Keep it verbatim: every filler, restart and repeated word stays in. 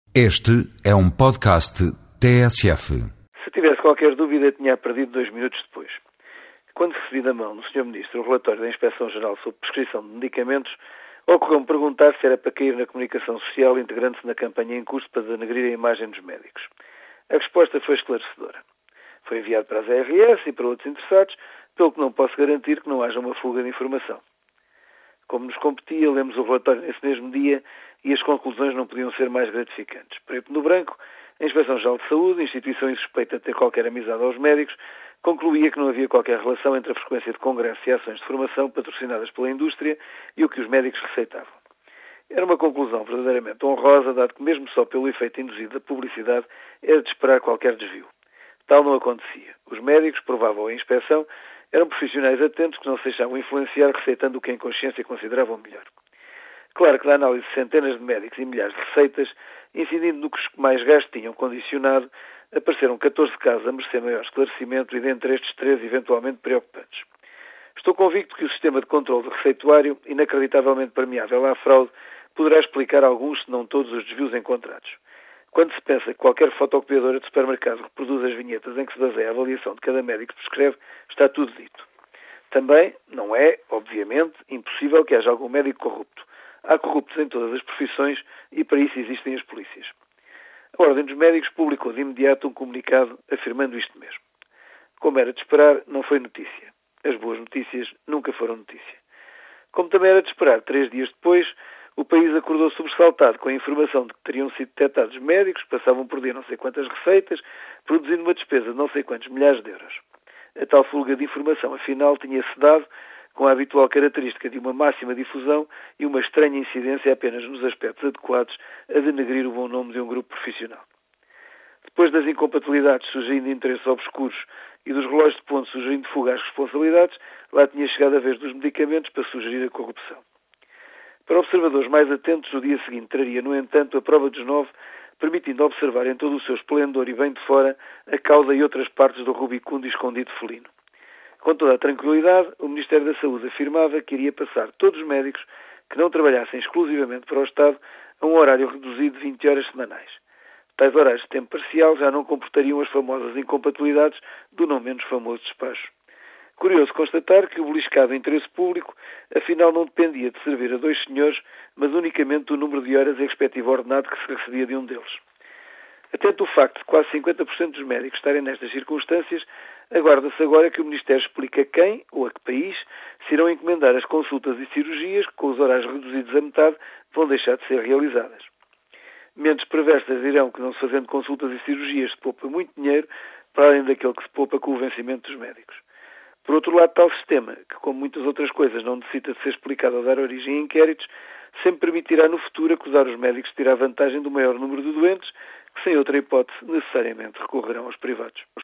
Este é um podcast T S F. Se tivesse qualquer dúvida, tinha perdido dois minutos depois. Quando recebi na mão do senhor Ministro o relatório da Inspeção-Geral sobre prescrição de medicamentos, ocorreu-me perguntar se era para cair na comunicação social integrando-se na campanha em curso para denegrir a imagem dos médicos. A resposta foi esclarecedora. Foi enviado para as A R S e para outros interessados, pelo que não posso garantir que não haja uma fuga de informação. Como nos competia, lemos o relatório nesse mesmo dia e as conclusões não podiam ser mais gratificantes. Preto no branco, a Inspeção-Geral de Saúde, instituição insuspeita de ter qualquer amizade aos médicos, concluía que não havia qualquer relação entre a frequência de congressos e ações de formação patrocinadas pela indústria e o que os médicos receitavam. Era uma conclusão verdadeiramente honrosa, dado que mesmo só pelo efeito induzido da publicidade era de esperar qualquer desvio. Tal não acontecia. Os médicos, provavam a inspeção, eram profissionais atentos que não se deixavam influenciar receitando o que em consciência consideravam melhor. Claro que na análise de centenas de médicos e milhares de receitas, incidindo no que os que mais gasto tinham condicionado, apareceram catorze casos a merecer maior esclarecimento e dentre estes três eventualmente preocupantes. Estou convicto que o sistema de controle de receituário, inacreditavelmente permeável à fraude, poderá explicar alguns, se não todos, os desvios encontrados. Quando se pensa que qualquer fotocopiadora de supermercado reproduz as vinhetas em que se baseia a avaliação de cada médico que prescreve, está tudo dito. Também não é, obviamente, impossível que haja algum médico corrupto. Há corruptos em todas as profissões e para isso existem as polícias. A Ordem dos Médicos publicou de imediato um comunicado afirmando isto mesmo. Como era de esperar, não foi notícia. As boas notícias nunca foram notícia. Como também era de esperar, três dias depois, o país acordou sobressaltado com a informação de que teriam sido detectados médicos que passavam por dia não sei quantas receitas, produzindo uma despesa de não sei quantos milhares de euros. A tal fuga de informação, afinal, tinha-se dado com a habitual característica de uma máxima difusão e uma estranha incidência apenas nos aspectos adequados a denegrir o bom nome de um grupo profissional. Depois das incompatibilidades surgindo interesses obscuros e dos relógios de ponto surgindo fuga às responsabilidades, lá tinha chegado a vez dos medicamentos para sugerir a corrupção. Para observadores mais atentos, o dia seguinte traria, no entanto, a prova dos nove, permitindo observar em todo o seu esplendor e bem de fora a cauda e outras partes do rubicundo e escondido felino. Com toda a tranquilidade, o Ministério da Saúde afirmava que iria passar todos os médicos que não trabalhassem exclusivamente para o Estado a um horário reduzido de vinte horas semanais. Tais horários de tempo parcial já não comportariam as famosas incompatibilidades do não menos famoso despacho. Curioso constatar que o beliscado interesse público afinal não dependia de servir a dois senhores, mas unicamente do número de horas e respectivo ordenado que se recebia de um deles. Atento o facto de quase cinquenta por cento dos médicos estarem nestas circunstâncias, aguarda-se agora que o Ministério explique a quem, ou a que país, se irão encomendar as consultas e cirurgias que, com os horários reduzidos a metade, vão deixar de ser realizadas. Mentes perversas dirão que não se fazendo consultas e cirurgias se poupa muito dinheiro, para além daquele que se poupa com o vencimento dos médicos. Por outro lado, tal sistema, que como muitas outras coisas não necessita de ser explicado ou dar origem a inquéritos, sempre permitirá no futuro acusar os médicos de tirar vantagem do maior número de doentes, que sem outra hipótese necessariamente recorrerão aos privados.